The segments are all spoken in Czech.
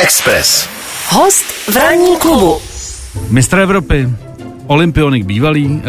Express. Host v ranní klubu. Mistr Evropy, olympionik bývalý,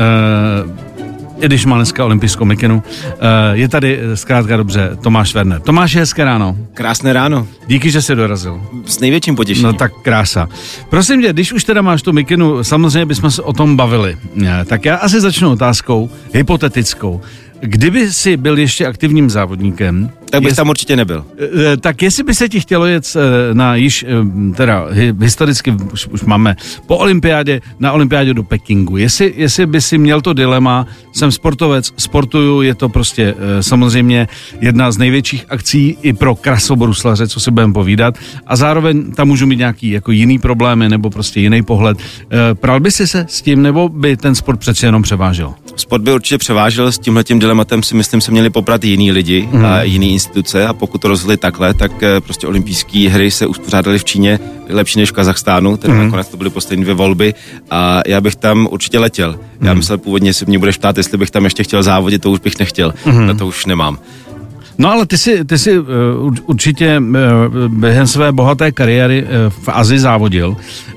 i když má dneska olympijskou mikinu, je tady zkrátka dobře Tomáš Werner. Tomáš, hezké ráno. Krásné ráno. Díky, že jsi dorazil. S největším potěšením. No tak krása. Prosím tě, když už teda máš tu mikinu, samozřejmě bychom se o tom bavili. Tak já asi začnu otázkou hypotetickou. Kdyby jsi byl ještě aktivním závodníkem... Tak bys tam určitě nebyl. Tak jestli by se ti chtělo jet na již, teda historicky už máme po olympiádě, na olympiádě do Pekingu. Jestli by si měl to dilema, jsem sportovec, sportuju, je to prostě samozřejmě jedna z největších akcí i pro krasobruslaře, co si budeme povídat, a zároveň tam můžu mít nějaký jako jiný problémy nebo prostě jiný pohled. Pral by si se s tím, nebo by ten sport přeci jenom převážil? Sport by určitě převážil, s tímhletím dilematem si myslím se měli poprat jiní lidi a jiný instituce, a pokud to rozhodli takhle, tak prostě olympijské hry se uspořádaly v Číně lepší než v Kazachstánu, tedy nakonec to byly poslední 2 volby a já bych tam určitě letěl. Já myslel původně, jestli mě budeš ptát, jestli bych tam ještě chtěl závodit, to už bych nechtěl, na to už nemám. No ale ty jsi určitě během své bohaté kariéry v Asii závodil.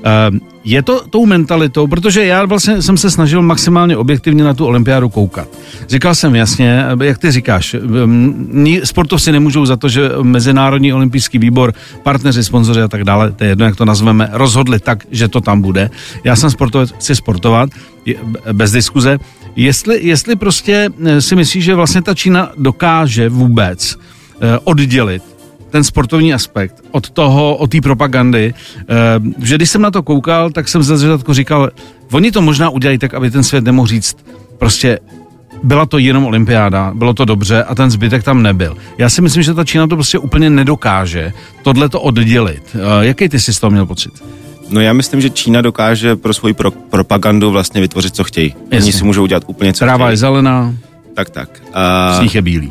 Je to tou mentalitou, protože já vlastně jsem se snažil maximálně objektivně na tu olympiádu koukat. Říkal jsem jasně, jak ty říkáš, sportovci nemůžou za to, že Mezinárodní olympijský výbor, partneři, sponzoři a tak dále, to je jedno, jak to nazveme, rozhodli tak, že to tam bude. Já jsem sportovec, chci sportovat, bez diskuze. Jestli prostě si myslíš, že vlastně ta Čína dokáže vůbec oddělit ten sportovní aspekt od té propagandy, že když jsem na to koukal, tak jsem ze začátku říkal, oni to možná udělají tak, aby ten svět nemohl říct, prostě byla to jenom olympiáda, bylo to dobře a ten zbytek tam nebyl. Já si myslím, že ta Čína to prostě úplně nedokáže tohleto oddělit. Jaký ty jsi z toho měl pocit? No já myslím, že Čína dokáže pro svoji propagandu vlastně vytvořit, co chtějí. Oni si můžou udělat úplně, co Tráva chtějí. je zelená, sníh je bílý.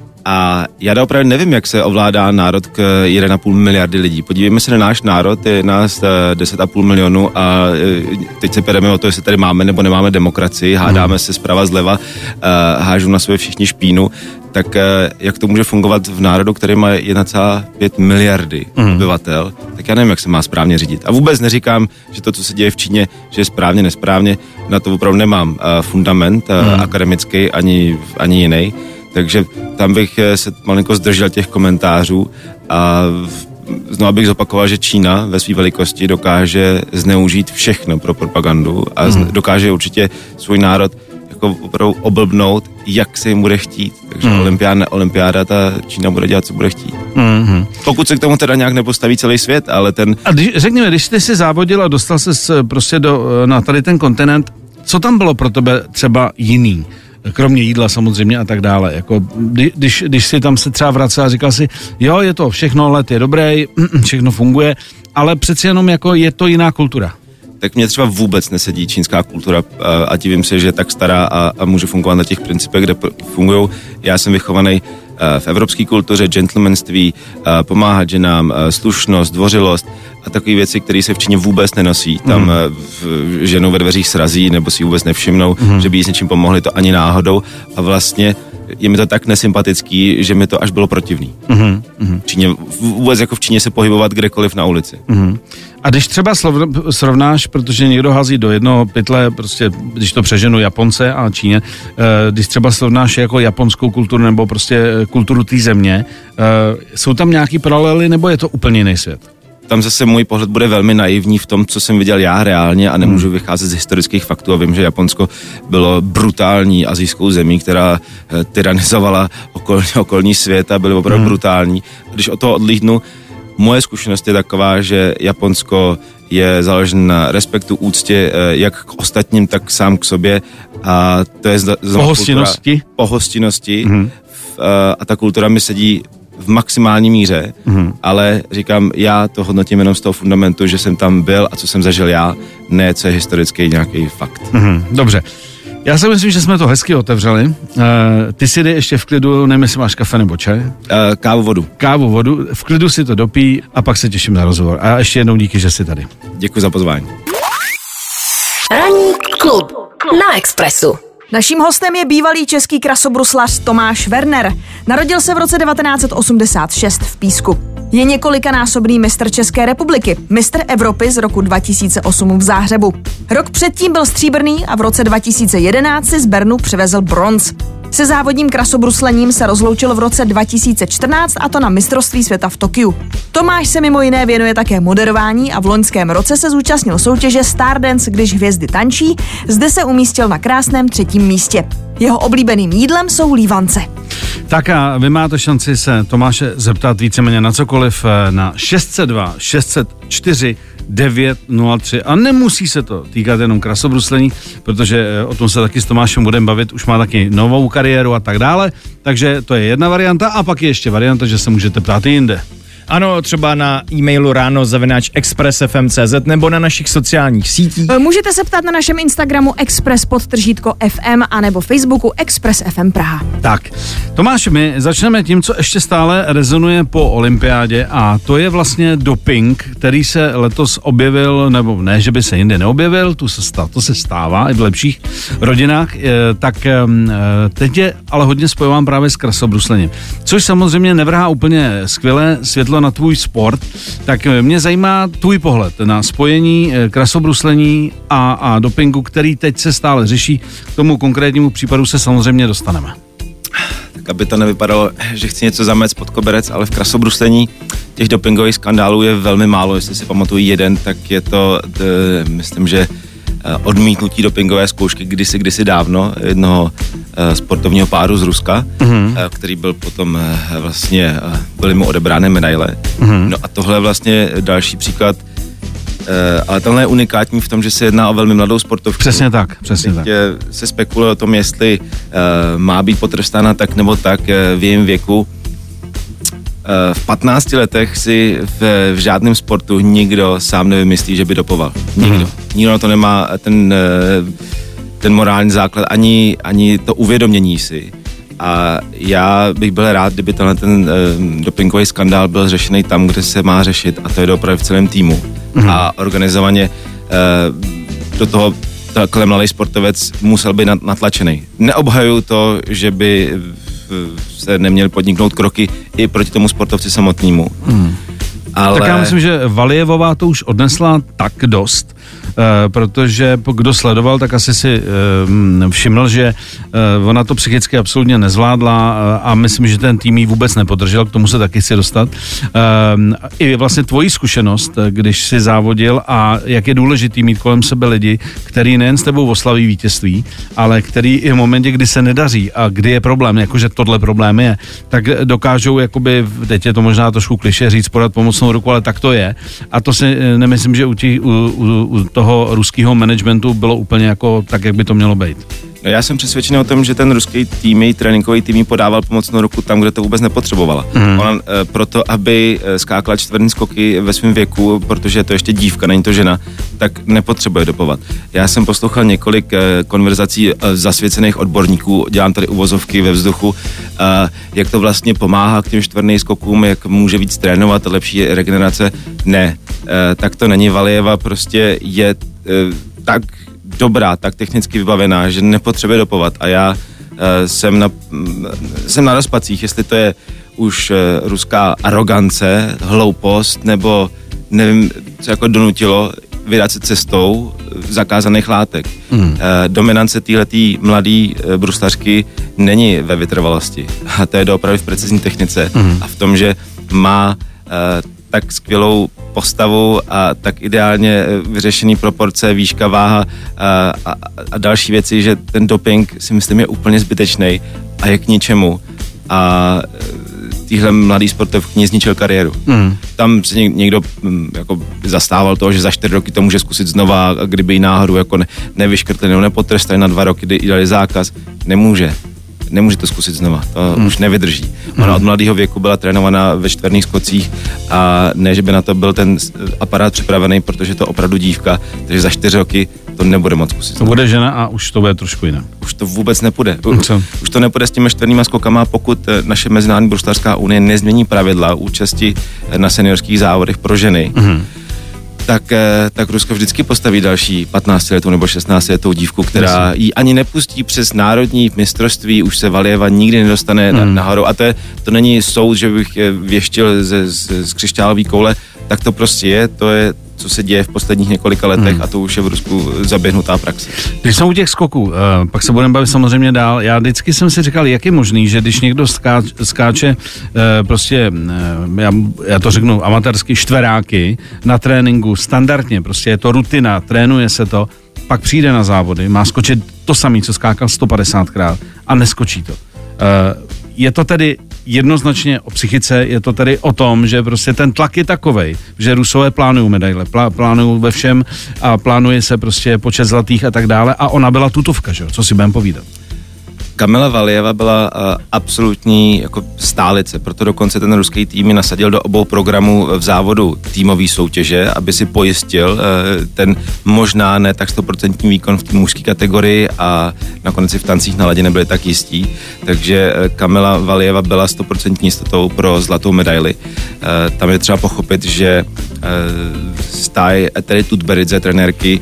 A já opravdu nevím, jak se ovládá národ k 1,5 miliardy lidí. Podívejme se na náš národ, je nás 10,5 milionu a teď se pereme o to, jestli tady máme nebo nemáme demokracii, hádáme se zprava zleva, hážou na sebe všichni špínu, tak jak to může fungovat v národu, který má 1,5 miliardy obyvatel, tak já nevím, jak se má správně řídit. A vůbec neříkám, že to, co se děje v Číně, že je správně, nesprávně, na to opravdu nemám fundament akademický ani jiný. Takže tam bych se malinko zdržel těch komentářů a znovu bych zopakoval, že Čína ve své velikosti dokáže zneužít všechno pro propagandu a dokáže určitě svůj národ jako opravdu oblbnout, jak se jim bude chtít. Takže olympiáda, ta Čína bude dělat, co bude chtít. Pokud se k tomu teda nějak nepostaví celý svět, ale ten... A řekněme, když jsi si závodil a dostal se prostě na tady ten kontinent, co tam bylo pro tebe třeba jiný? Kromě jídla samozřejmě a tak dále. Jako, když si tam se třeba vracel a říkal si, jo, je to všechno, let je dobrý, všechno funguje, ale přeci jenom jako je to jiná kultura. Tak mě třeba vůbec nesedí čínská kultura a divím se, že je tak stará a může fungovat na těch principech, kde fungujou. Já jsem vychovaný v evropské kultuře, gentlemanství, pomáhat ženám, slušnost, dvořilost a takové věci, které se v Číně vůbec nenosí. Tam ženou ve dveřích srazí nebo si vůbec nevšimnou, že by jí s něčím pomohli, to ani náhodou, a vlastně je mi to tak nesympatický, že mi to až bylo protivný. Číně, vůbec jako v Číně se pohybovat kdekoliv na ulici. A když třeba srovnáš, protože někdo hází do jednoho pytle, prostě, když to přeženu, Japonce a Číně, když třeba srovnáš jako japonskou kulturu nebo prostě kulturu té země, jsou tam nějaký paralely nebo je to úplně jiný svět? Tam zase můj pohled bude velmi naivní v tom, co jsem viděl já reálně a nemůžu vycházet z historických faktů a vím, že Japonsko bylo brutální asijskou zemí, která tyranizovala okolní svět a byly opravdu brutální. Když od toho odlíhnu, moje zkušenost je taková, že Japonsko je založen na respektu, úctě jak k ostatním, tak sám k sobě a to je pohostinnosti a ta kultura mi sedí v maximální míře, ale říkám, já to hodnotím jenom z toho fundamentu, že jsem tam byl a co jsem zažil já, ne co je historický nějaký fakt. Dobře. Já si myslím, že jsme to hezky otevřeli. Ty si jde ještě v klidu, nevím, jestli máš kafe nebo čaj? Kávu, vodu. V klidu si to dopí a pak se těším na rozhovor. A ještě jednou díky, že jsi tady. Děkuji za pozvání. Ranní klub na Expressu. Naším hostem je bývalý český krasobruslař Tomáš Werner. Narodil se v roce 1986 v Písku. Je několikanásobný mistr České republiky, mistr Evropy z roku 2008 v Záhřebu. Rok předtím byl stříbrný a v roce 2011 si z Bernu přivezl bronz. Se závodním krasobruslením se rozloučil v roce 2014 a to na mistrovství světa v Tokiu. Tomáš se mimo jiné věnuje také moderování a v loňském roce se zúčastnil soutěže Stardance, když hvězdy tančí, zde se umístil na krásném 3. místě. Jeho oblíbeným jídlem jsou lívance. Tak a vy máte šanci se Tomáše zeptat víceméně na cokoliv na 602 604 903 a nemusí se to týkat jenom krasobruslení, protože o tom se taky s Tomášem budeme bavit, už má taky novou kariéru a tak dále, takže to je jedna varianta a pak je ještě varianta, že se můžete ptát i jinde. Ano, třeba na e-mailu ráno@expressfm.cz nebo na našich sociálních sítích. Můžete se ptát na našem Instagramu Express_FM a nebo Facebooku Express FM Praha. Tak, Tomáši, my začneme tím, co ještě stále rezonuje po olympiádě a to je vlastně doping, který se letos objevil, nebo ne, že by se jinde neobjevil, to se stává i v lepších rodinách, tak teď je ale hodně spojován právě s krasobruslením, což samozřejmě nevrhá úplně skvělé světlo na tvůj sport, tak mě zajímá tvůj pohled na spojení krasobruslení a dopingu, který teď se stále řeší. K tomu konkrétnímu případu se samozřejmě dostaneme. Tak aby to nevypadalo, že chci něco zamést pod koberec, ale v krasobruslení těch dopingových skandálů je velmi málo. Jestli si pamatuju jeden, tak je to, myslím, že odmítnutí dopingové zkoušky kdysi dávno jednoho sportovního páru z Ruska, který byl potom vlastně, byly mu odebrány medaile. No a tohle je vlastně další příklad, ale tenhle je unikátní v tom, že se jedná o velmi mladou sportovku. Přesně tak. Se spekuluje o tom, jestli má být potrestána tak nebo tak v jejím věku. V 15 letech si v žádném sportu nikdo sám nevymyslí, že by dopoval. Nikdo. Nikdo na to nemá ten morální základ, ani to uvědomění si. A já bych byl rád, kdyby ten dopingový skandál byl řešený tam, kde se má řešit, a to je opravdu v celém týmu. A organizovaně do toho takhle mladý sportovec musel být natlačený. Neobhajuju to, že by se neměli podniknout kroky i proti tomu sportovci samotnému. Ale... Tak já myslím, že Valjevová to už odnesla tak dost, protože kdo sledoval, tak asi si všiml, že ona to psychicky absolutně nezvládla a myslím, že ten tým jí vůbec nepodržel, k tomu se taky chci dostat. I vlastně tvojí zkušenost, když jsi závodil a jak je důležitý mít kolem sebe lidi, který nejen s tebou oslaví vítězství, ale který i v momentě, kdy se nedaří a kdy je problém, jakože tohle problém je, tak dokážou, jakoby, teď je to možná trošku klišé říct, podat pomocnou ruku, ale tak to je. A to si nemyslím, že u toho ruského managementu bylo úplně jako tak, jak by to mělo být. No já jsem přesvědčený o tom, že ten ruský tým, tréninkový tým podával pomocnou ruku tam, kde to vůbec nepotřebovala. Ona proto, aby skákala čtvrtní skoky ve svém věku, protože je to ještě dívka, není to žena, tak nepotřebuje dopovat. Já jsem poslouchal několik konverzací zasvěcených odborníků, dělám tady uvozovky ve vzduchu, jak to vlastně pomáhá k těm čtvrtním skokům, jak může víc trénovat, lepší regenerace. Ne, tak to není. Valjeva prostě je tak dobrá, tak technicky vybavená, že nepotřebuje dopovat a já jsem na rozpacích, jestli to je už ruská arogance, hloupost, nebo nevím, co jako donutilo vydat se cestou zakázaných látek. Dominance téhletý mladý bruslařky není ve vytrvalosti a to je doopravdy v precizní technice a v tom, že má tak skvělou postavu a tak ideálně vyřešený proporce, výška, váha a další věci, že ten doping si myslím je úplně zbytečný a je k ničemu. A týhle mladý sportovkyni zničil kariéru. Tam se někdo jako zastával toho, že za 4 roky to může zkusit znova, a kdyby jí náhodou jako nevyškrtli nebo nepotrestali na 2 roky, kdy dali zákaz. Nemůže to zkusit znova, to už nevydrží. Ona od mladého věku byla trénovaná ve čtverných skocích a ne, že by na to byl ten aparát připravený, protože to opravdu dívka, takže za 4 roky to nebude moc zkusit. To bude žena a už to bude trošku jinak. Už to vůbec nepůjde. Už to nepůjde s těmi čtvernýma skokama, pokud naše Mezinárodní bruslařská unie nezmění pravidla účasti na seniorských závodech pro ženy. tak Rusko vždycky postaví další 15letou nebo 16letou dívku, která ji ani nepustí přes národní mistrovství, už se Valjeva nikdy nedostane nahoru a to není soud, že bych věštil z křišťálové koule, tak to prostě je, to je, co se děje v posledních několika letech a to už je v Rusku zaběhnutá praxe. Když jsou u těch skoků, pak se budeme bavit samozřejmě dál. Já vždycky jsem si říkal, jak je možný, že když někdo skáče prostě, já to řeknu amatérsky, štveráky na tréninku, standardně, prostě je to rutina, trénuje se to, pak přijde na závody, má skočit to samé, co skákal 150krát a neskočí to. Je to tedy jednoznačně o psychice, je to tedy o tom, že prostě ten tlak je takovej, že Rusové plánují medaile, plánují ve všem a plánuje se prostě počet zlatých a tak dále a ona byla tutovka, že jo, co si budeme povídat. Kamila Valjeva byla absolutní jako stálice, proto dokonce ten ruský tým nasadil do obou programů v závodu týmový soutěže, aby si pojistil ten možná ne tak 100% výkon v té mužské kategorii a nakonec si v tancích na ledě nebyli tak jistí, takže Kamila Valjeva byla 100% jistotou pro zlatou medaili. Tam je třeba pochopit, že stáj Eteri Tutberidze, trenérky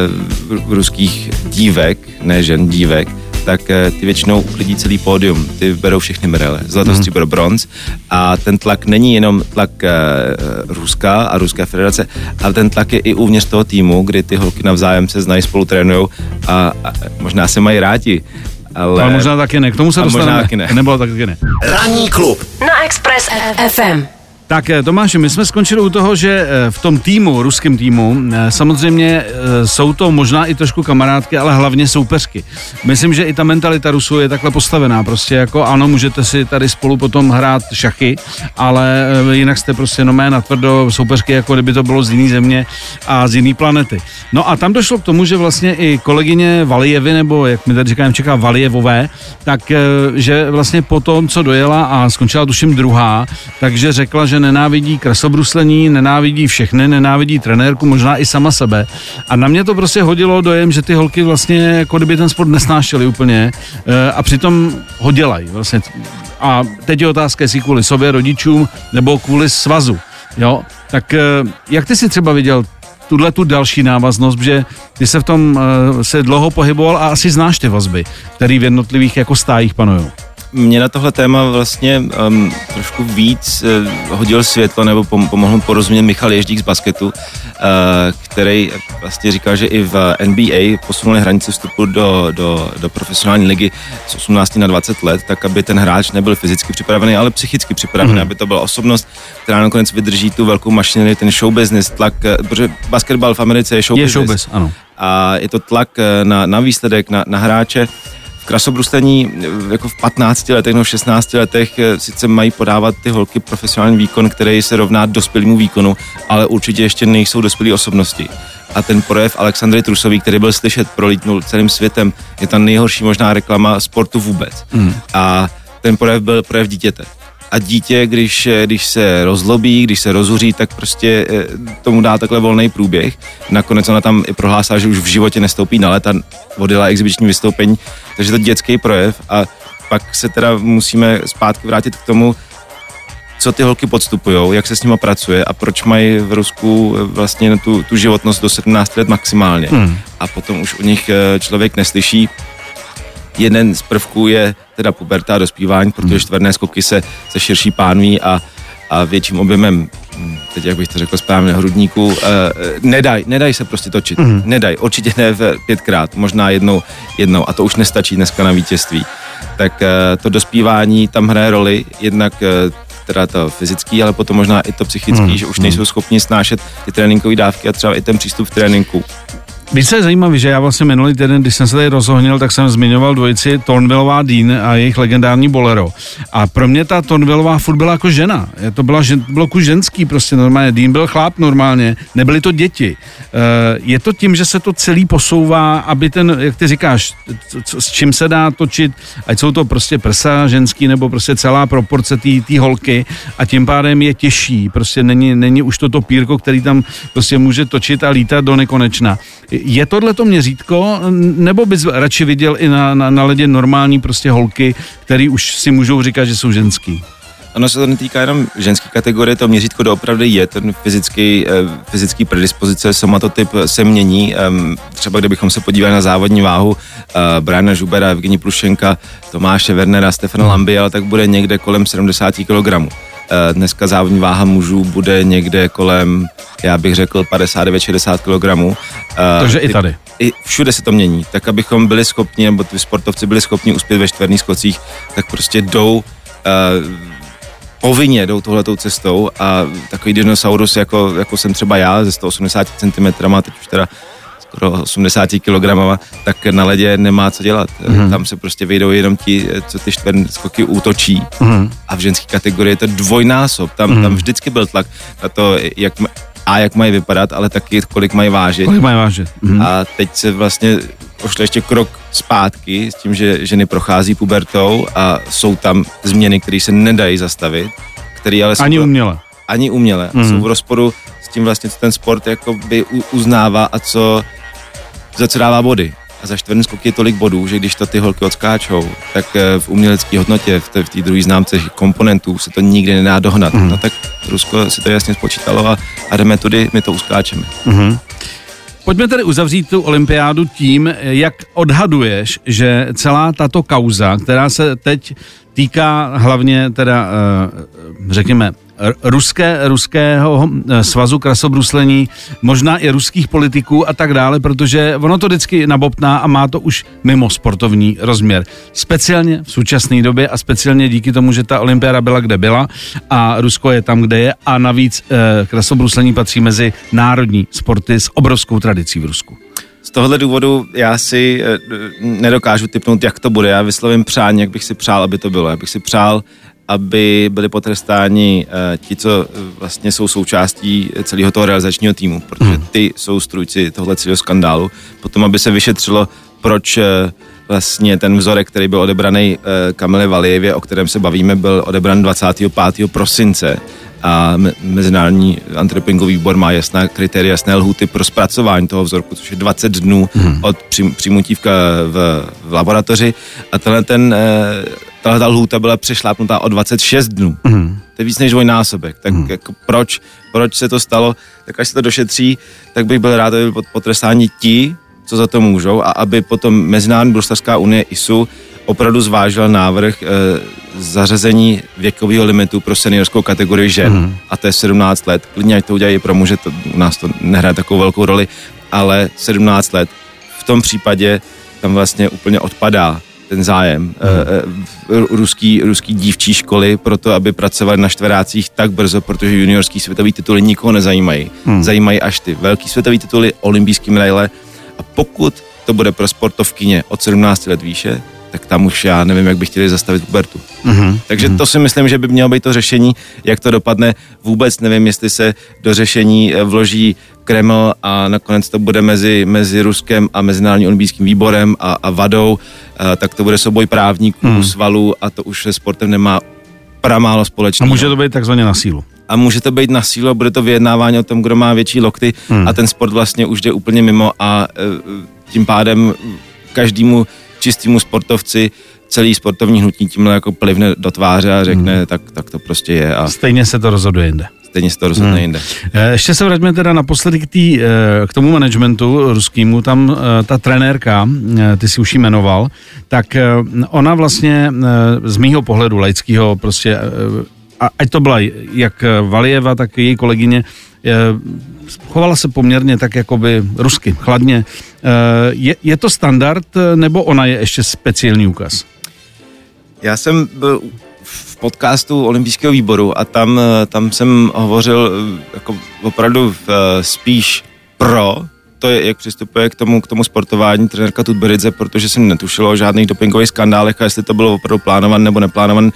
ruských dívek, ne žen, dívek, tak ty většinou uklidí celý pódium, ty berou všechny medaile, zlato, stříbro, bronz a ten tlak není jenom tlak Ruska a Ruské federace, ale ten tlak je i uvnitř toho týmu, kdy ty holky navzájem se znají, spolu trénujou a možná se mají rádi. Ale možná taky ne, k tomu se dostaneme, nebo taky ne. Ranní klub na Express FM. Tak Tomáši, my jsme skončili u toho, že v tom týmu, ruském týmu, samozřejmě jsou to možná i trošku kamarádky, ale hlavně soupeřky. Myslím, že i ta mentalita Rusů je takhle postavená, prostě jako ano, můžete si tady spolu potom hrát šachy, ale jinak jste prostě natvrdo soupeřky, jako kdyby to bylo z jiné země a z jiné planety. No a tam došlo k tomu, že vlastně i kolegyně Valjevy, nebo jak my tady říkáme, čeká Valjevové, tak že vlastně po tom, co dojela a skončila tuším druhá, takže řekla, že nenávidí krasobruslení, nenávidí všechny, nenávidí trenérku, možná i sama sebe. A na mě to prostě hodilo dojem, že ty holky vlastně jako kdyby ten sport nesnášely úplně a přitom ho dělají vlastně. A teď je otázka, jestli kvůli sobě, rodičům, nebo kvůli svazu. Jo? Tak jak ty si třeba viděl tu další návaznost, že ty se v tom se dlouho pohyboval a asi znáš ty vazby, které v jednotlivých jako stájích panujou. Mě na tohle téma vlastně trošku víc hodil světlo nebo pomohl porozumět Michal Ježdík z basketu, který vlastně říkal, že i v NBA posunuli hranici vstupu do profesionální ligy z 18 na 20 let, tak aby ten hráč nebyl fyzicky připravený, ale psychicky připravený, aby to byla osobnost, která nakonec vydrží tu velkou mašinerii, ten show business, tlak, protože basketbal v Americe je show business. Je show business, ano. A je to tlak na výsledek, na hráče. Krasobruslení jako v 15 letech nebo v 16 letech sice mají podávat ty holky profesionální výkon, který se rovná dospělému výkonu, ale určitě ještě nejsou dospělé osobnosti. A ten projev Alexandry Trusový, který byl slyšet, prolítnul celým světem, je ta nejhorší možná reklama sportu vůbec. A ten projev byl projev dítěte. A dítě, když se rozlobí, když se rozuří, tak prostě tomu dá takhle volný průběh. Nakonec ona tam i prohlásila, že už v životě nestoupí na led a odjela exibiční vystoupení, takže to dětský projev a pak se teda musíme zpátky vrátit k tomu, co ty holky podstupujou, jak se s nima pracuje a proč mají v Rusku vlastně tu životnost do 17 let maximálně. A potom už u nich člověk neslyší. Jeden z prvků je teda puberta a dospívání, protože čtverné skoky se širší pánví a větším objemem, teď jak bych to řekl správně, hrudníků, nedaj se prostě točit. Nedaj, určitě ne 5krát, možná jednou a to už nestačí dneska na vítězství. Tak to dospívání tam hraje roli, jednak teda to fyzický, ale potom možná i to psychický, že už nejsou schopni snášet ty tréninkové dávky a třeba i ten přístup v tréninku. Víš, co je zajímavý, že já vlastně minulý týden, když jsem se tady rozohnil, tak jsem zmiňoval dvojici Thornwillová Dean a jejich legendární bolero. A pro mě ta Thornwillová furt byla jako žena. Bylo kus ženský prostě normálně. Dean byl chlap normálně, nebyly to děti. Je to tím, že se to celý posouvá, aby ten, jak ty říkáš, s čím se dá točit, ať jsou to prostě prsa ženský nebo prostě celá proporce té holky a tím pádem je těžší. Prostě není už to pírko, který tam prostě může točit a lítat do nekonečna. Je tohleto měřítko, nebo bys radši viděl i na ledě normální prostě holky, který už si můžou říkat, že jsou ženský? ono se to netýká jenom ženské kategorie, to měřítko doopravdy je, ten fyzický predispozice, somatotyp se mění. Třeba kdybychom se podívali na závodní váhu Briana Žubera, Evgenii Plušenka, Tomáše Wernera, Stefana Lambiela, tak bude někde kolem 70 kg. Dneska závodní váha mužů bude někde kolem, já bych řekl, 59-60 kg. Takže i tady. I všude se to mění. Tak abychom byli schopni, nebo ty sportovci byli schopni uspět ve čtverných skocích, tak prostě povinně jdou tohletou cestou a takový dinosaurus, jako jsem třeba já, ze 180 cm, teď už teda skoro 80 kg, tak na ledě nemá co dělat. Tam se prostě vejdou jenom ti, co ty čtverné skoky útočí. A v ženské kategorii je to dvojnásob. Tam vždycky byl tlak na to, jak mají vypadat, ale taky kolik mají vážit. A teď se vlastně pošle ještě krok zpátky s tím, že ženy prochází pubertou a jsou tam změny, které se nedají zastavit, které ale ani uměle. Jsou v rozporu s tím vlastně, co ten sport jakoby uznává a za co dává body. A za čtvrtý skok je tolik bodů, že když to ty holky odskáčou, tak v umělecké hodnotě, v té druhé známce komponentů se to nikdy nedá dohnat. No tak Rusko si to jasně spočítalo a jdeme tudy, my to uskáčeme. Pojďme tedy uzavřít tu olympiádu tím, jak odhaduješ, že celá tato kauza, která se teď týká hlavně teda, řekněme, ruského svazu krasobruslení, možná i ruských politiků a tak dále, protože ono to vždycky nabobtná a má to už mimo sportovní rozměr. Speciálně v současné době a speciálně díky tomu, že ta olympiáda byla, kde byla a Rusko je tam, kde je a navíc krasobruslení patří mezi národní sporty s obrovskou tradicí v Rusku. Z tohohle důvodu já si nedokážu tipnout, jak to bude. Já vyslovím přání, jak bych si přál, aby to bylo. Já bych si přál, aby byli potrestáni ti, co vlastně jsou součástí celého toho realizačního týmu, protože ty jsou strůjci tohle celého skandálu. Potom, aby se vyšetřilo, proč vlastně ten vzorek, který byl odebraný Kamile Valijevě, o kterém se bavíme, byl odebran 25. prosince a Mezinárodní antidopingový výbor má jasná kritéria, jasné lhůty pro zpracování toho vzorku, což je 20 dnů od přijmutí v laboratoři a tahle lhůta byla přešlápnutá o 26 dnů. To je víc než dvojnásobek. Tak jako proč se to stalo, tak až se to došetří, tak bych byl rád, aby byli potrestáni ti, co za to můžou a aby potom Mezinárodní bruslařská unie ISU opravdu zvážila návrh zařazení věkového limitu pro seniorskou kategorii žen a to je 17 let. Klidně ať to udělají i pro muže, to u nás to nehraje takovou velkou roli, ale 17 let. V tom případě tam vlastně úplně odpadá ten zájem ruský dívčí školy pro to, aby pracovali na čtverácích tak brzo, protože juniorský světový tituly nikoho nezajímají. Zajímají až ty velký světový tituly, olympijský medaile a pokud to bude pro sportovkyně od 17 let výše, tak tam už já nevím, jak by chtěli zastavit pubertu. Takže to si myslím, že by mělo být to řešení, jak to dopadne. Vůbec nevím, jestli se do řešení vloží Kreml a nakonec to bude mezi Ruskem a Mezinárodním olympijským výborem a VADou, tak to bude souboj právníků, svalů a to už se sportem nemá pramálo společného. A může to být takzvaně na sílu. A může to být na sílu, bude to vyjednávání o tom, kdo má větší lokty a ten sport vlastně už jde úplně mimo a tím pádem každému čistýmu sportovci celý sportovní hnutí tímhle jako plivne do tváře a řekne, tak to prostě je. A stejně se to rozhoduje jinde. Jinde. Ještě se vraťme teda naposledy k tomu managementu ruskýmu, tam ta trenérka, ty si už jí jmenoval, tak ona vlastně z mýho pohledu laického prostě, ať to byla jak Valijeva, tak její kolegyně, chovala se poměrně tak jakoby rusky, chladně. Je to standard, nebo ona je ještě speciální úkaz? Já jsem byl v podcastu Olympijského výboru a tam jsem hovořil jako opravdu spíš pro to, jak přistupuje k tomu sportování trenérka Tutberidze, protože jsem netušil o žádných dopingových skandálech a jestli to bylo opravdu plánované nebo neplánované.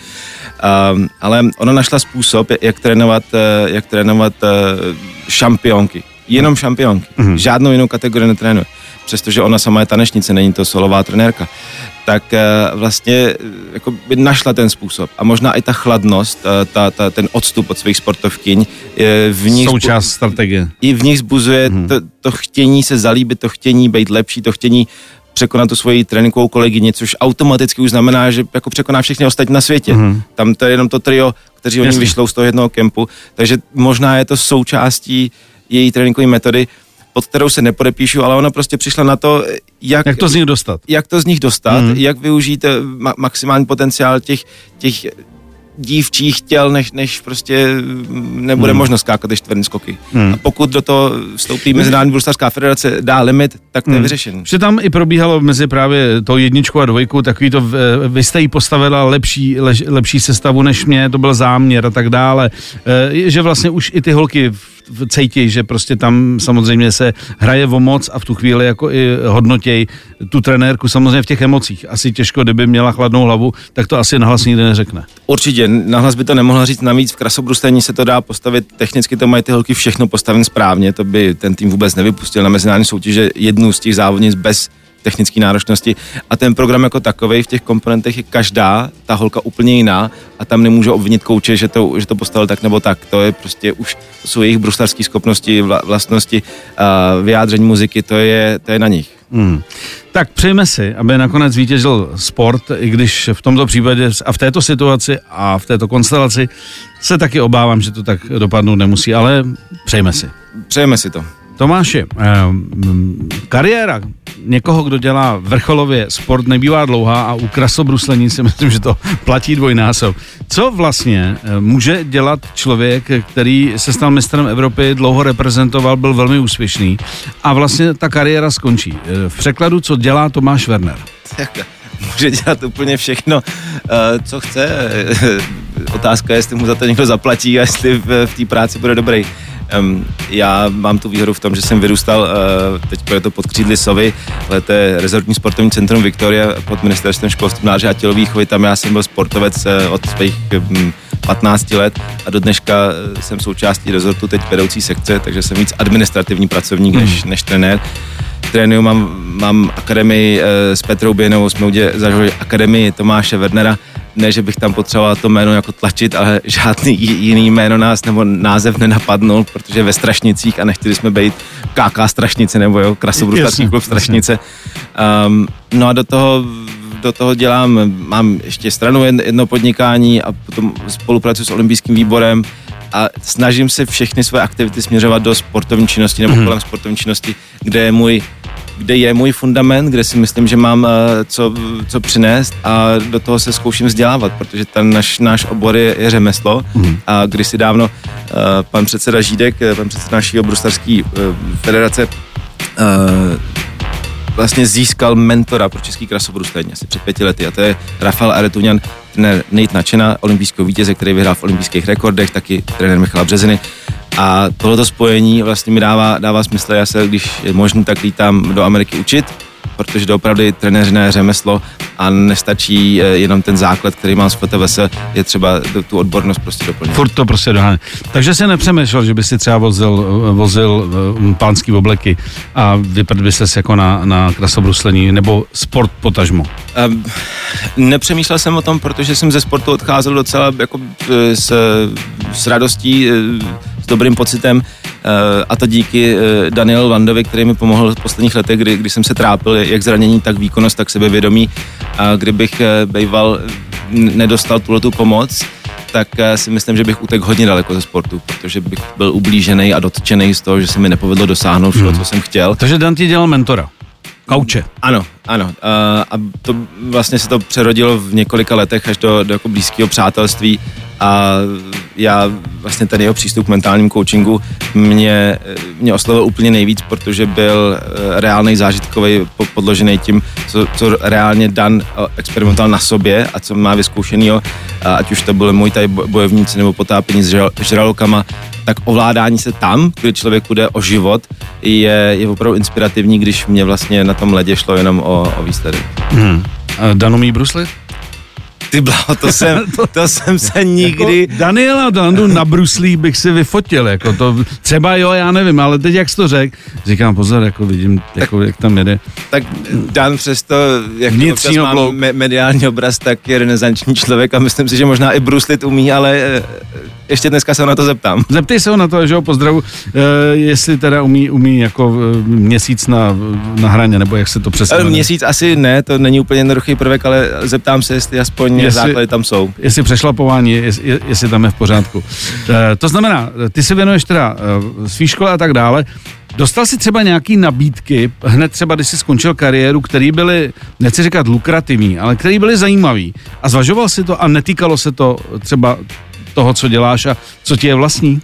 Ale ona našla způsob, jak trénovat šampionky. Jenom šampionky. Žádnou jinou kategorii netrénuje. Přestože ona sama je tanečnice, není to solová trenérka. Tak vlastně jako by našla ten způsob. A možná i ta chladnost, ten odstup od svých sportovkyň v nich součást strategie. I v nich zbuzuje to chtění se zalíbit, to chtění být lepší, to chtění překonat tu svoji tréninkovou kolegyni, což automaticky už znamená, že jako překoná všechny ostatní na světě. Tam to je jenom to trio, kteří oni vyšlou z toho jednoho kempu, takže možná je to součástí její tréninkové metody, pod kterou se nepodepíšu, ale ona prostě přišla na to, jak to z nich dostat. Jak to z nich dostat, jak využít maximální potenciál těch dívčích těl, než prostě nebude možno skákat ty čtvrtní skoky. A pokud do toho vstoupí Mezinárodní bruslařská federace, dá limit, tak to je vyřešený. Že tam i probíhalo mezi právě tou 1 a 2, takový to, vy jste jí postavila lepší sestavu než mě, to byl záměr a tak dále, že vlastně už i ty holky cítí, že prostě tam samozřejmě se hraje o moc a v tu chvíli jako i hodnotěj tu trenérku samozřejmě v těch emocích. Asi těžko, kdyby měla chladnou hlavu, tak to asi nahlas nikdy neřekne. Určitě, nahlas by to nemohla říct, navíc v krasobruslení se to dá postavit, technicky to mají ty holky všechno postaven správně, to by ten tým vůbec nevypustil na mezinárodní soutěže jednu z těch závodnic bez technické náročnosti a ten program jako takovej v těch komponentech je každá ta holka úplně jiná a tam nemůžu obvinit kouče, že to postavil tak nebo tak. To je prostě už, to jsou jejich bruslařské schopnosti, vlastnosti, vyjádření muziky, to je na nich. Tak přejme si, aby nakonec vítězil sport, i když v tomto případě a v této situaci a v této konstelaci se taky obávám, že to tak dopadnout nemusí, ale přejme si. Přejeme si to. Tomáši, kariéra někoho, kdo dělá vrcholově sport, nebývá dlouhá a u krasobruslení si myslím, že to platí dvojnásob. Co vlastně může dělat člověk, který se stal mistrem Evropy, dlouho reprezentoval, byl velmi úspěšný a vlastně ta kariéra skončí? V překladu, co dělá Tomáš Werner? Může dělat úplně všechno, co chce. Otázka je, jestli mu za to někdo zaplatí a jestli v té práci bude dobrý. Já mám tu výhodu v tom, že jsem vyrůstal, teď je to pod křídly Sovy, ale to je rezortní sportovní centrum Viktoria pod ministerstvem školství, mládeže a tělovýchovy, tam já jsem byl sportovec od svých 15 let a do dneška jsem součástí rezortu, teď vedoucí sekce, takže jsem víc administrativní pracovník než trenér. Trénuju, mám akademii s Petrou Běnovou, jsme zažili akademii Tomáše Wernera, ne, že bych tam potřeboval to jméno jako tlačit, ale žádný jiný jméno nás nebo název nenapadnul, protože ve Strašnicích a nechtěli jsme být KK Strašnice nebo krasobruslařský klub Strašnice. No a do toho mám ještě stranu jedno podnikání a potom spolupracuji s olympijským výborem a snažím se všechny své aktivity směřovat do sportovní činnosti nebo kolem sportovní činnosti, kde je můj fundament, kde si myslím, že mám co přinést a do toho se zkouším vzdělávat, protože ten náš obor je řemeslo a kdysi dávno pan předseda Žídek, pan předseda naší bruslařské federace vlastně získal mentora pro český krasobruslení asi před 5 lety a to je Rafael Aretuňan, trenér Nate Načena, olympijského vítěze, který vyhrál v olympijských rekordech, taky trenér Michala Březiny. A tohleto spojení vlastně mi dává smysl, já se, když je možný, tak lítám do Ameriky učit, protože doopravdy trenéřina je řemeslo a nestačí jenom ten základ, který mám z FTVS, je třeba tu odbornost prostě doplnit. Furt to prostě doháně. Takže se nepřemýšlel, že by si třeba vozil pánský obleky a vypadl by ses jako na krasobruslení nebo sport potažmo? Nepřemýšlel jsem o tom, protože jsem ze sportu odcházel docela jako s radostí, s dobrým pocitem a to díky Danielu Landovi, který mi pomohl v posledních letech, kdy jsem se trápil jak zranění, tak výkonnost, tak sebevědomí a kdybych býval nedostal tuhletu pomoc, tak si myslím, že bych utekl hodně daleko ze sportu, protože bych byl ublížený a dotčený z toho, že se mi nepovedlo dosáhnout všeho, co jsem chtěl. Takže Dan ti dělal mentora. Kauče. Ano. A to vlastně se to přerodilo v několika letech až do jako blízkého přátelství a já vlastně ten jeho přístup k mentálnímu coachingu mě oslovil úplně nejvíc, protože byl reálnej zážitkový, podložený tím, co reálně Dan experimentoval na sobě a co má vyzkoušenýho, ať už to byly Muay Thai bojovníci nebo potápění s žralokama, tak ovládání se tam, kdy člověku jde o život, je opravdu inspirativní, když mě vlastně na tom ledě šlo jenom o výsledek. Dan umí bruslit? Ty bláho, to jsem se nikdy... Jako Daniela Dandu na bruslích bych si vyfotil, jako to, třeba jo, já nevím, ale teď jak jsi to řekl, říkám pozor, jako vidím, jako, jak tam jede. Tak Dan přesto, jak občas má mediální obraz, tak je renesanční člověk a myslím si, že možná i bruslit umí, ale ještě dneska se ho na to zeptám. Zeptej se ho na to, že ho pozdravu, jestli teda umí jako měsíc na hraně, nebo jak se to přesně... Měsíc asi ne, to není úplně jednoduchý prvek, ale zeptám se, jestli aspoň samozřejmě základy tam jsou. Jestli přešlapování, jestli tam je v pořádku. To znamená, ty se věnuješ teda svý škole a tak dále. Dostal jsi třeba nějaký nabídky, hned třeba, když jsi skončil kariéru, které byly, nechci říkat lukrativní, ale které byly zajímavý. A zvažoval si to a netýkalo se to třeba toho, co děláš a co ti je vlastní?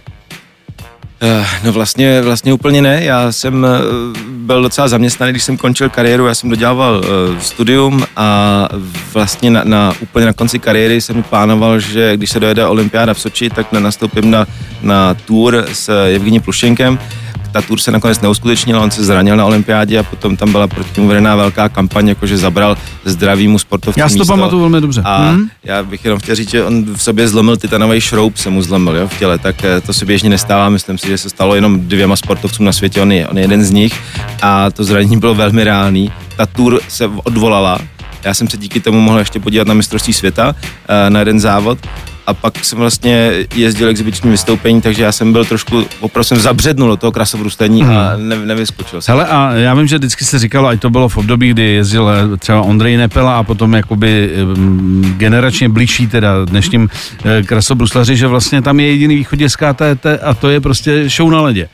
No vlastně úplně ne. Já jsem byl docela zaměstnaný, když jsem končil kariéru, já jsem dodělával studium a vlastně úplně na konci kariéry jsem plánoval, že když se dojede olympiáda v Soči, tak nastoupím na tour s Jevgenjem Pluščenkem. Ta tour se nakonec neuskutečnila, on se zranil na olympiádě a potom tam byla proti němu vedená velká kampaň, jakože zabral zdravýmu sportovci místo. Já si to pamatuju velmi dobře. A já bych jenom chtěl říct, že on v sobě zlomil titanový šroub, se mu zlomil, jo, v těle, tak to se běžně nestává, myslím si, že se stalo jenom 2 sportovcům na světě, on je jeden z nich a to zranění bylo velmi reálný. Ta tour se odvolala, já jsem se díky tomu mohl ještě podívat na mistrovství světa na jeden závod. A pak jsem vlastně jezdil exibiční vystoupení, takže já jsem byl trošku, opravdu jsem zabřednul do toho krasobruslení a nevyskočil jsem. Hele, a já vím, že vždycky se říkalo, ať to bylo v období, kdy jezdil třeba Ondrej Nepela a potom jakoby generačně blížší teda dnešním krasobruslaři, že vlastně tam je jediný východisko a to je prostě show na ledě.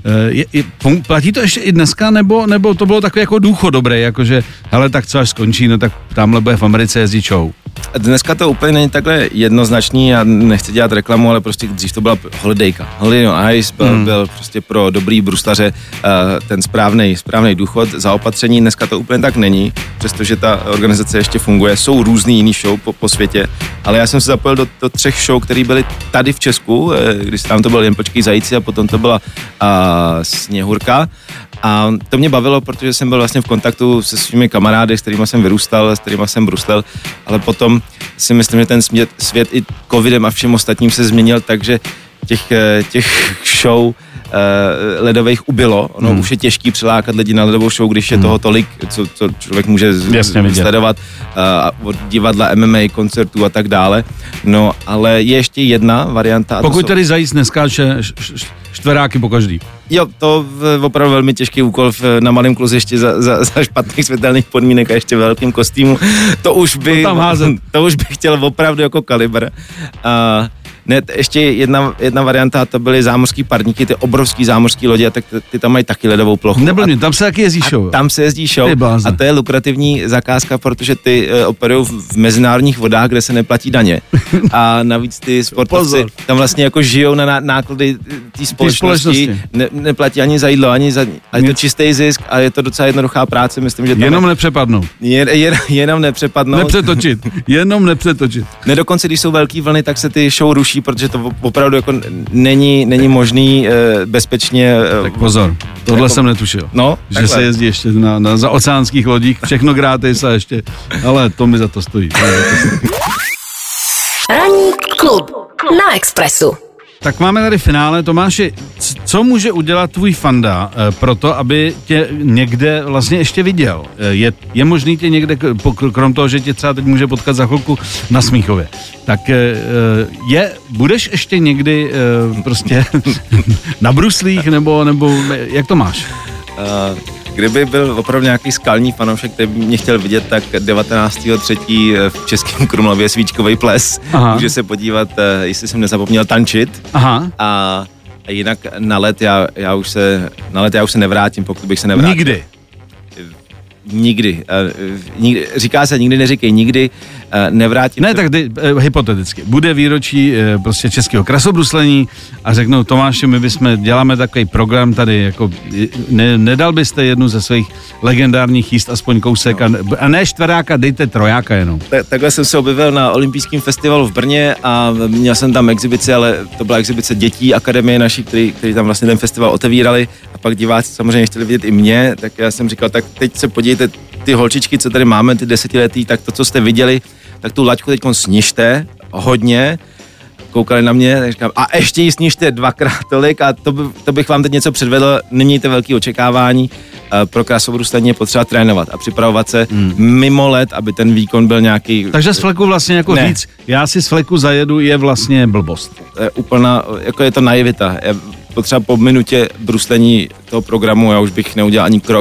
Platí to ještě i dneska, nebo to bylo takové jako důchod dobré, jakože hele, tak co až skončí, no tak tamhle bude v Americe jezdit show. Dneska to úplně není takhle jednoznačný, já nechci dělat reklamu, ale prostě dřív to byla holidejka. Holiday on Ice byl prostě pro dobrý bruslaře ten správnej důchod, zaopatření. Dneska to úplně tak není, přestože ta organizace ještě funguje. Jsou různý jiný show po světě, ale já jsem se zapojil do 3 show, které byly tady v Česku, když tam to byl Jen počkej zajíci a potom to byla Sněhurka. A to mě bavilo, protože jsem byl vlastně v kontaktu se svými kamarády, s kterými jsem vyrůstal, s kterými jsem bruslel, ale potom si myslím, že ten svět i covidem a všem ostatním se změnil, takže těch show ledových ubylo. Ono už je těžký přilákat lidi na ledovou show, když je toho tolik, co člověk může sledovat od divadla, MMA, koncertů a tak dále. No, ale je ještě jedna varianta. Pokud tady zajíc neskáče čtveráky po každý. Jo, to opravdu velmi těžký úkol na malém kluzišti za špatných světelných podmínek a ještě velkým kostýmu. To už bych chtěl opravdu jako kalibr. Ne, ještě jedna varianta, to byly zámořský parníky, ty obrovský zámořský lodě, tak ty tam mají taky ledovou plochu. Nebyl tam se taky jezdí show. Tam se jezdí show a to je lukrativní zakázka, protože ty operují v mezinárodních vodách, kde se neplatí daně. A navíc ty sportovci tam vlastně jako žijou na náklady té společnosti. Neplatí ani za jídlo, ani za... A je to čistý zisk a je to docela jednoduchá práce, myslím, že jenom nepřepadnout. Jenom nepřepadanou. Jenom nepřetočit. Ne, dokonce, když jsou velký vlny, tak se ty show ruší, protože to opravdu jako není možný bezpečně... Tak pozor, tohle jsem netušil. No, že takhle. se jezdí ještě na zaoceánských lodích, všechno gratis a ještě, ale to mi za to stojí. Ranní klub na Expressu. Tak máme tady finále. Tomáši, co může udělat tvůj fanda pro to, aby tě někde vlastně ještě viděl? Je možný tě někde, krom toho, že tě třeba teď může potkat za chvilku na Smíchově, tak budeš ještě někdy prostě na bruslích, nebo jak to máš? Kdyby byl opravdu nějaký skalní fanoušek, který by mě chtěl vidět, tak 19.3. v Českém Krumlově svíčkový ples. Může se podívat, jestli jsem nezapomněl tančit. Aha. A jinak na let já už se nevrátím, pokud bych se nevrátil. Nikdy. Říká se nikdy, neříkej nikdy, nevrátím. Ne, tak hypoteticky. Bude výročí prostě českého krasobruslení a řeknou, Tomáši, my děláme takový program tady, jako nedal byste jednu ze svých legendárních jíst aspoň kousek a ne čtveráka, dejte trojáka jenom. Takhle jsem se objevil na olympijském festivalu v Brně a měl jsem tam exibici, ale to byla exibice dětí akademie naší, který tam vlastně ten festival otevírali a pak diváci samozřejmě chtěli vidět i mě, tak já jsem říkal, tak teď se podívejte, ty holčičky, co tady máme, ty 10letý, tak to, co jste viděli, tak tu laťku teď snižte hodně, koukali na mě, tak říkám, a ještě ji snižte 2x tolik a to bych vám teď něco předvedl, nemějte velký očekávání, pro krasobruslení je potřeba trénovat a připravovat se mimo let, aby ten výkon byl nějaký... Takže z fleku vlastně jako říct, já si z fleku zajedu, je vlastně blbost. Úplná, jako je to naivita. Potřeba po minutě bruslení toho programu, já už bych neudělal ani krok,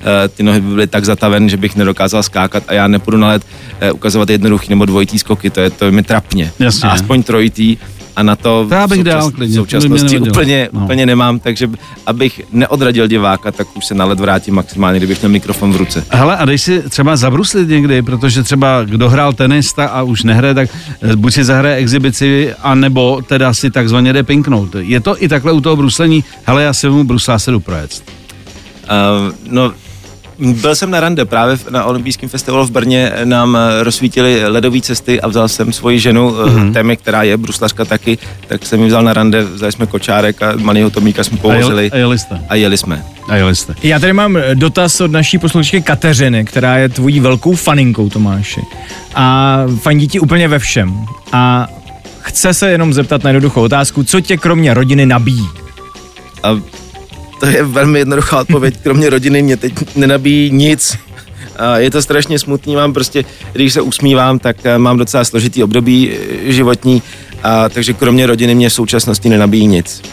ty nohy by byly tak zataven, že bych nedokázal skákat a já nepůjdu na led ukazovat jednoduchý nebo dvojitý skoky, to je mi trapně. Jasně. A aspoň trojitý a na to v současnosti úplně nemám, takže abych neodradil diváka, tak už se na led vrátím maximálně, kdybych měl mikrofon v ruce. Hele, a dej si třeba zabruslit někdy, protože třeba kdo hrál tenista a už nehraje, tak buď si zahraje exibici, anebo teda si takzvaně jde pinknout. Je to i takhle u toho bruslení, hele, já si mu brusla se jdu projet. No, byl jsem na rande, právě na olympijském festivalu v Brně nám rozsvítili ledové cesty a vzal jsem svoji ženu, Témy, která je bruslařka taky, tak jsem ji vzal na rande, vzali jsme kočárek a malýho Tomíka jsme povozili. A jeli jsme. Já tady mám dotaz od naší posluchačky Kateřiny, která je tvojí velkou faninkou, Tomáši. A fandí ti úplně ve všem. A chce se jenom zeptat na jednoduchou otázku, co tě kromě rodiny nabíjí? To je velmi jednoduchá odpověď, kromě rodiny mě teď nenabíjí nic. Je to strašně smutný, mám prostě, když se usmívám, tak mám docela složitý období životní, takže kromě rodiny mě v současnosti nenabíjí nic.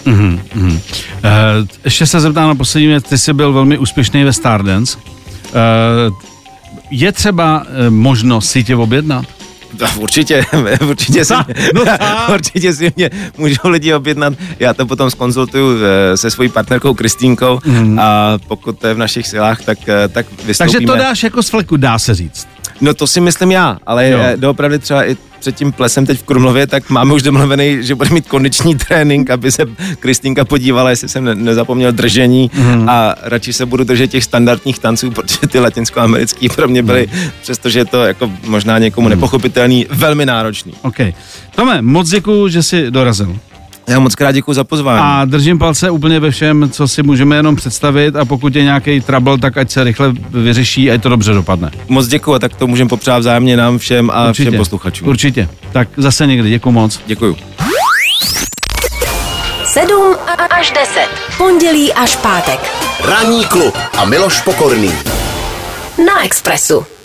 Ještě se zeptám na poslední věc, ty jsi byl velmi úspěšný ve Stardance. Je třeba možnost si tě objednat? Určitě si mě můžou lidi objednat, já to potom zkonzultuju se svojí partnerkou Kristýnkou a pokud to je v našich silách, tak vystoupíme. Takže to dáš jako z fleku, dá se říct. No to si myslím já, ale doopravdy třeba i před tím plesem teď v Krumlově, tak máme už domluvený, že bude mít kondiční trénink, aby se Kristýnka podívala, jestli jsem nezapomněl držení a radši se budu držet těch standardních tanců, protože ty latinskoamerický pro mě byly, přestože je to jako možná někomu nepochopitelný, velmi náročný. OK. Tome, moc děkuju, že jsi dorazil. Já moc krát děkuju za pozvání. A držím palce úplně ve všem, co si můžeme jenom představit a pokud je nějaký trouble, tak ať se rychle vyřeší a to dobře dopadne. Moc děkuju a tak to můžeme popřát vzájemně nám všem a všem posluchačům. Určitě. Tak zase někdy, děkuju moc. Děkuju. 7 až 10. Pondělí až pátek. Ranní klub a Miloš Pokorný. Na Expressu.